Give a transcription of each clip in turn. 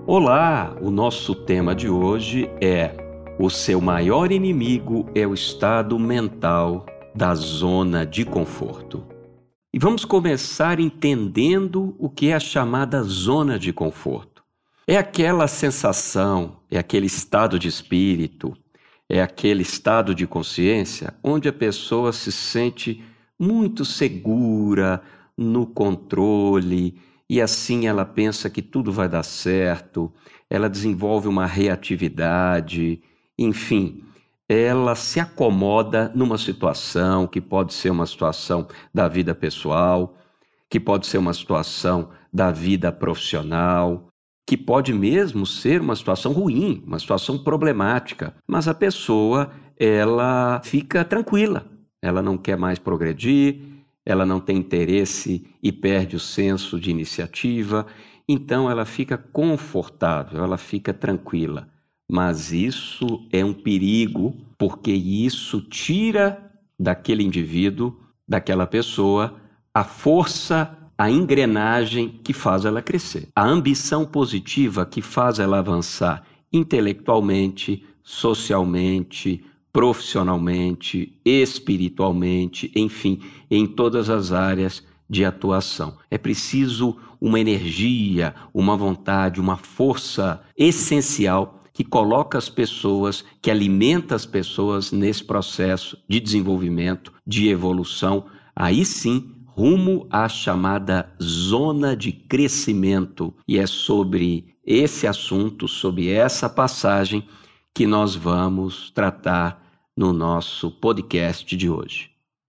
Olá, o nosso tema de hoje é: o seu maior inimigo é o estado mental da zona de conforto. E vamos começar entendendo o que é a chamada zona de conforto. É aquela sensação, é aquele estado de espírito, é aquele estado de consciência onde a pessoa se sente muito segura, no controle, e assim ela pensa que tudo vai dar certo, ela desenvolve uma reatividade, enfim, ela se acomoda numa situação que pode ser uma situação da vida pessoal, que pode ser uma situação da vida profissional, que pode mesmo ser uma situação ruim, uma situação problemática, mas a pessoa, ela fica tranquila, ela não quer mais progredir, ela não tem interesse e perde o senso de iniciativa, então ela fica confortável, ela fica tranquila. Mas isso é um perigo, porque isso tira daquele indivíduo, daquela pessoa, a força, a engrenagem que faz ela crescer. A ambição positiva que faz ela avançar intelectualmente, socialmente, profissionalmente, espiritualmente, enfim, em todas as áreas de atuação. É preciso uma energia, uma vontade, uma força essencial que coloca as pessoas, que alimenta as pessoas nesse processo de desenvolvimento, de evolução, aí sim, rumo à chamada zona de crescimento. E é sobre esse assunto, sobre essa passagem, que nós vamos tratar no nosso podcast de hoje.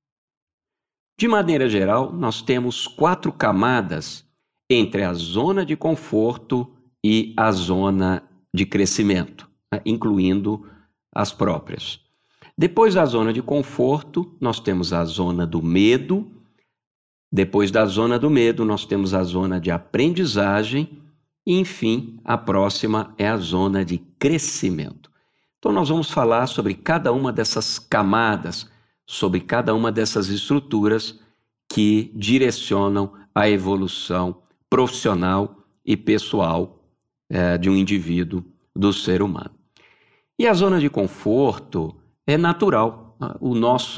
De maneira geral, nós temos 4 camadas entre a zona de conforto e a zona de crescimento, incluindo as próprias. Depois da zona de conforto, nós temos a zona do medo. Depois da zona do medo, nós temos a zona de aprendizagem. E, enfim, a próxima é a zona de crescimento. Então, nós vamos falar sobre cada uma dessas camadas, sobre cada uma dessas estruturas que direcionam a evolução profissional e pessoal de um indivíduo, do ser humano. E a zona de conforto é natural. O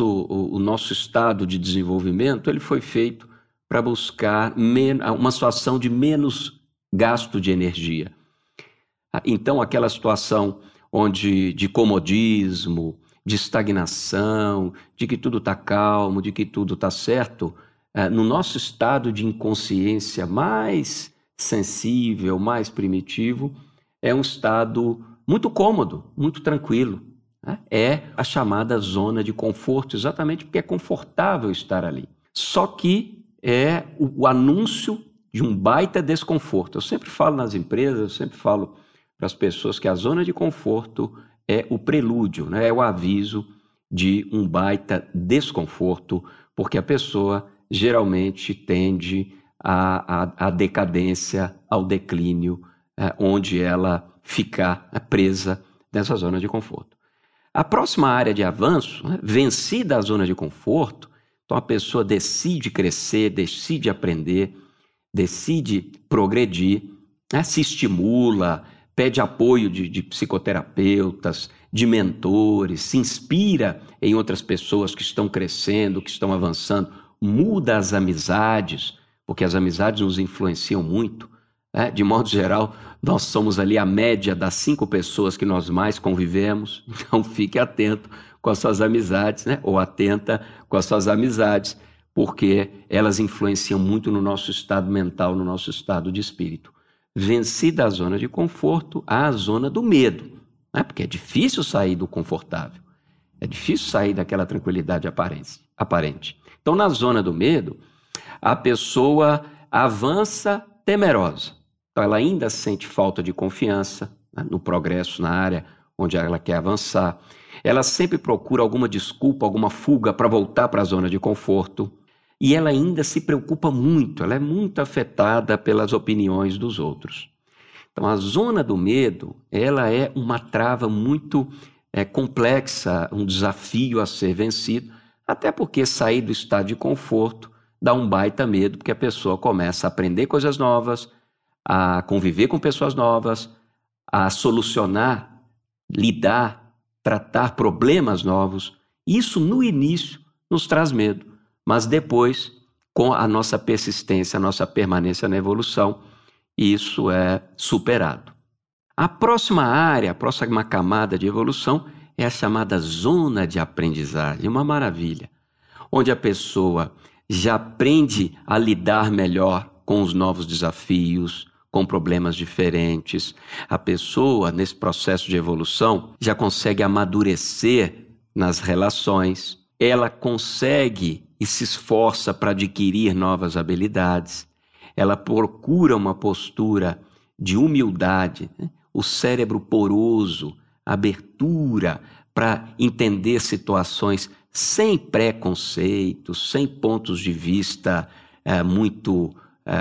nosso estado de desenvolvimento ele foi feito para buscar uma situação de menos gasto de energia. Então, aquela situação onde de comodismo, de estagnação, de que tudo está calmo, de que tudo está certo, no nosso estado de inconsciência mais sensível, mais primitivo, é um estado muito cômodo, muito tranquilo. É a chamada zona de conforto, exatamente porque é confortável estar ali. Só que é o anúncio de um baita desconforto. Eu sempre falo nas empresas, eu sempre falo para as pessoas que a zona de conforto é o prelúdio, é o aviso de um baita desconforto, porque a pessoa geralmente tende à decadência, ao declínio, onde ela fica presa nessa zona de conforto. A próxima área de avanço, vencida a zona de conforto, então a pessoa decide crescer, decide aprender, decide progredir, se estimula, pede apoio de psicoterapeutas, de mentores, se inspira em outras pessoas que estão crescendo, que estão avançando, muda as amizades, porque as amizades nos influenciam muito. De modo geral, nós somos ali a média das 5 pessoas que nós mais convivemos, então fique atento com as suas amizades, ou atenta com as suas amizades, porque elas influenciam muito no nosso estado mental, no nosso estado de espírito. Vencida a zona de conforto, há a zona do medo, porque é difícil sair do confortável, é difícil sair daquela tranquilidade aparente. Então, na zona do medo, a pessoa avança temerosa. Então, ela ainda sente falta de confiança no progresso, na área onde ela quer avançar. Ela sempre procura alguma desculpa, alguma fuga para voltar para a zona de conforto. E ela ainda se preocupa muito, ela é muito afetada pelas opiniões dos outros. Então, a zona do medo, ela é uma trava muito complexa, um desafio a ser vencido, até porque sair do estado de conforto dá um baita medo, porque a pessoa começa a aprender coisas novas, a conviver com pessoas novas, a solucionar, lidar, tratar problemas novos. Isso, no início, nos traz medo, mas depois, com a nossa persistência, a nossa permanência na evolução, isso é superado. A próxima área, a próxima camada de evolução é a chamada zona de aprendizagem, uma maravilha, onde a pessoa já aprende a lidar melhor com os novos desafios, com problemas diferentes. A pessoa, nesse processo de evolução, já consegue amadurecer nas relações, ela consegue e se esforça para adquirir novas habilidades, ela procura uma postura de humildade, né? O cérebro poroso, abertura para entender situações sem preconceitos, sem pontos de vista muito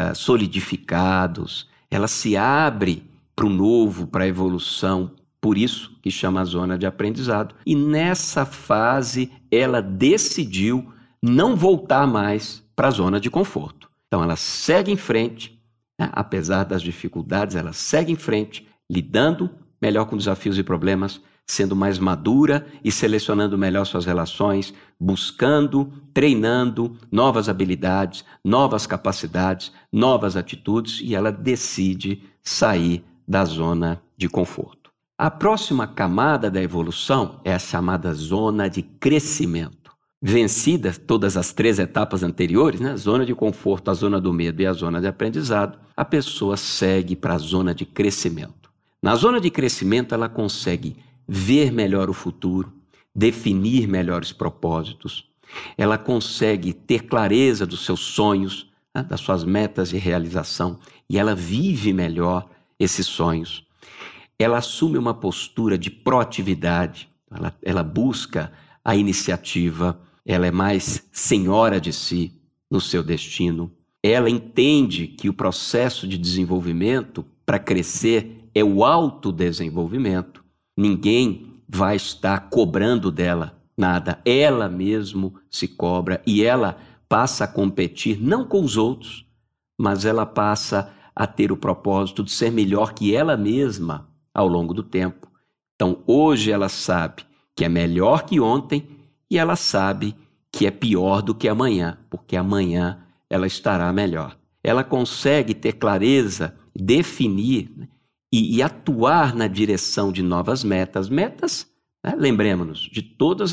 solidificados. Ela se abre para o novo, para a evolução, por isso que chama a zona de aprendizado. E nessa fase ela decidiu não voltar mais para a zona de conforto. Então ela segue em frente, né? Apesar das dificuldades, ela segue em frente, lidando melhor com desafios e problemas, sendo mais madura e selecionando melhor suas relações, buscando, treinando novas habilidades, novas capacidades, novas atitudes, e ela decide sair da zona de conforto. A próxima camada da evolução é a chamada zona de crescimento. Vencidas todas as 3 etapas anteriores, né? A zona de conforto, a zona do medo e a zona de aprendizado, a pessoa segue para a zona de crescimento. Na zona de crescimento, ela consegue ver melhor o futuro, definir melhores propósitos, ela consegue ter clareza dos seus sonhos, né? Das suas metas de realização, e ela vive melhor esses sonhos. Ela assume uma postura de proatividade, ela busca a iniciativa, ela é mais senhora de si no seu destino. Ela entende que o processo de desenvolvimento para crescer é o autodesenvolvimento. Ninguém vai estar cobrando dela nada. Ela mesmo se cobra e ela passa a competir não com os outros, mas ela passa a ter o propósito de ser melhor que ela mesma ao longo do tempo. Então, hoje ela sabe que é melhor que ontem e ela sabe que é pior do que amanhã, porque amanhã ela estará melhor. Ela consegue ter clareza, definir, né, e atuar na direção de novas metas. Metas, né, lembremos-nos, de todas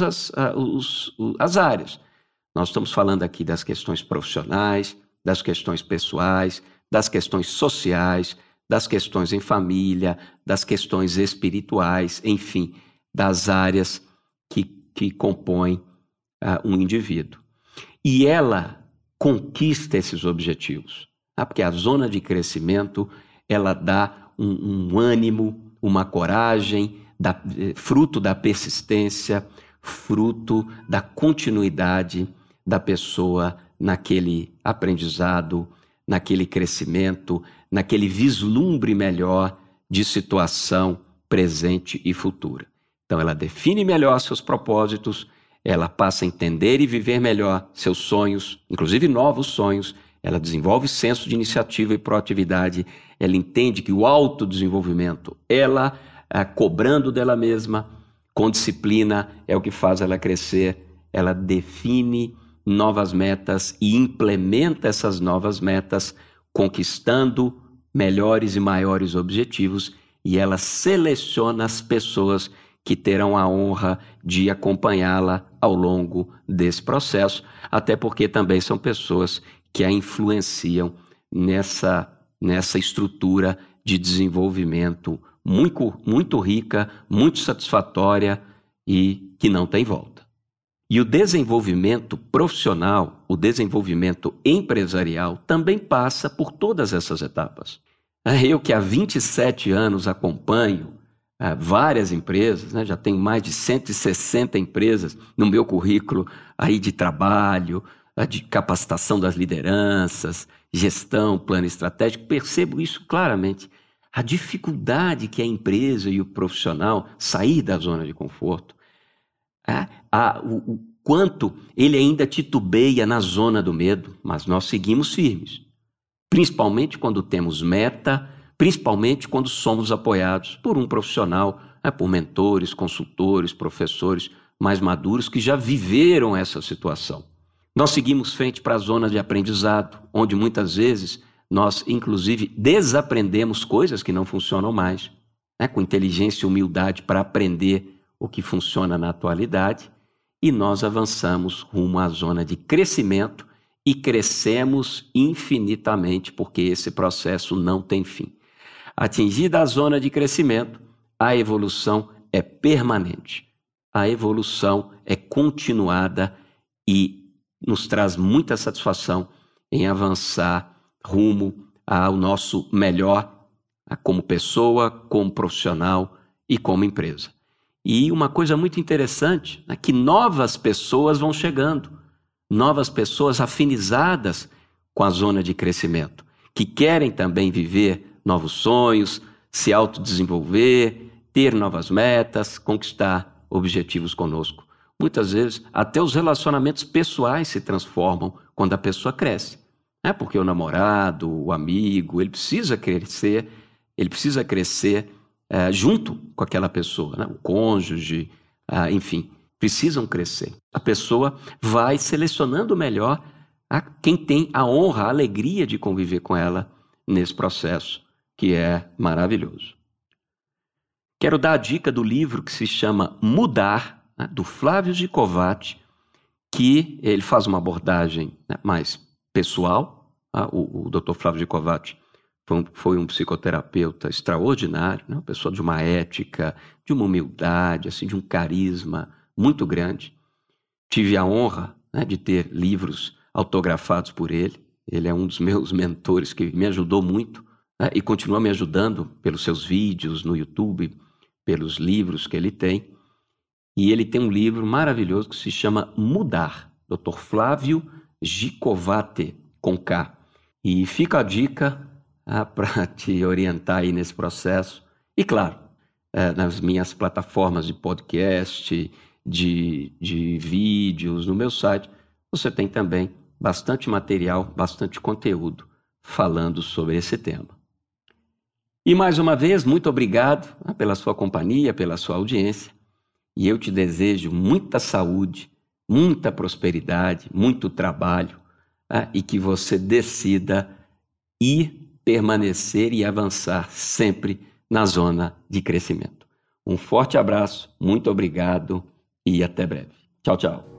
as áreas. Nós estamos falando aqui das questões profissionais, das questões pessoais, das questões sociais, das questões em família, das questões espirituais, enfim, das áreas que compõem um indivíduo. E ela conquista esses objetivos, porque a zona de crescimento, ela dá um ânimo, uma coragem, fruto da persistência, fruto da continuidade da pessoa naquele aprendizado, naquele crescimento, naquele vislumbre melhor de situação presente e futura. Então ela define melhor seus propósitos, ela passa a entender e viver melhor seus sonhos, inclusive novos sonhos, ela desenvolve senso de iniciativa e proatividade, ela entende que o autodesenvolvimento, ela cobrando dela mesma, com disciplina, é o que faz ela crescer, ela define novas metas e implementa essas novas metas, conquistando melhores e maiores objetivos, e ela seleciona as pessoas que terão a honra de acompanhá-la ao longo desse processo, até porque também são pessoas que a influenciam nessa estrutura de desenvolvimento muito rica, muito satisfatória e que não tem volta. E o desenvolvimento profissional, o desenvolvimento empresarial também passa por todas essas etapas. Eu que há 27 anos acompanho várias empresas, né? Já tenho mais de 160 empresas no meu currículo aí de trabalho, de capacitação das lideranças, gestão, plano estratégico, percebo isso claramente. A dificuldade que a empresa e o profissional sair da zona de conforto, o quanto ele ainda titubeia na zona do medo, mas nós seguimos firmes. Principalmente quando temos meta, principalmente quando somos apoiados por um profissional, por mentores, consultores, professores mais maduros que já viveram essa situação. Nós seguimos frente para a zona de aprendizado, onde muitas vezes nós, inclusive, desaprendemos coisas que não funcionam mais, com inteligência e humildade para aprender o que funciona na atualidade, e nós avançamos rumo à zona de crescimento e crescemos infinitamente, porque esse processo não tem fim. Atingida a zona de crescimento, a evolução é permanente. A evolução é continuada e nos traz muita satisfação em avançar rumo ao nosso melhor como pessoa, como profissional e como empresa. E uma coisa muito interessante é que novas pessoas vão chegando, novas pessoas afinizadas com a zona de crescimento, que querem também viver novos sonhos, se autodesenvolver, ter novas metas, conquistar objetivos conosco. Muitas vezes, até os relacionamentos pessoais se transformam quando a pessoa cresce. Porque o namorado, o amigo, ele precisa crescer junto com aquela pessoa, o cônjuge, enfim, precisam crescer. A pessoa vai selecionando melhor quem tem a honra, a alegria de conviver com ela nesse processo, que é maravilhoso. Quero dar a dica do livro que se chama Mudar, do Flávio Gicovati, que ele faz uma abordagem mais pessoal. O Dr. Flávio Gicovati foi um psicoterapeuta extraordinário, uma pessoa de uma ética, de uma humildade, assim, de um carisma muito grande. Tive a honra de ter livros autografados por ele. Ele é um dos meus mentores que me ajudou muito e continua me ajudando pelos seus vídeos no YouTube, pelos livros que ele tem. E ele tem um livro maravilhoso que se chama Mudar, Dr. Flávio Gicovati, com K. E fica a dica para te orientar aí nesse processo. E claro, nas minhas plataformas de podcast, de vídeos, no meu site, você tem também bastante material, bastante conteúdo falando sobre esse tema. E mais uma vez, muito obrigado pela sua companhia, pela sua audiência. E eu te desejo muita saúde, muita prosperidade, muito trabalho, e que você decida ir, permanecer e avançar sempre na zona de crescimento. Um forte abraço, muito obrigado e até breve. Tchau, tchau.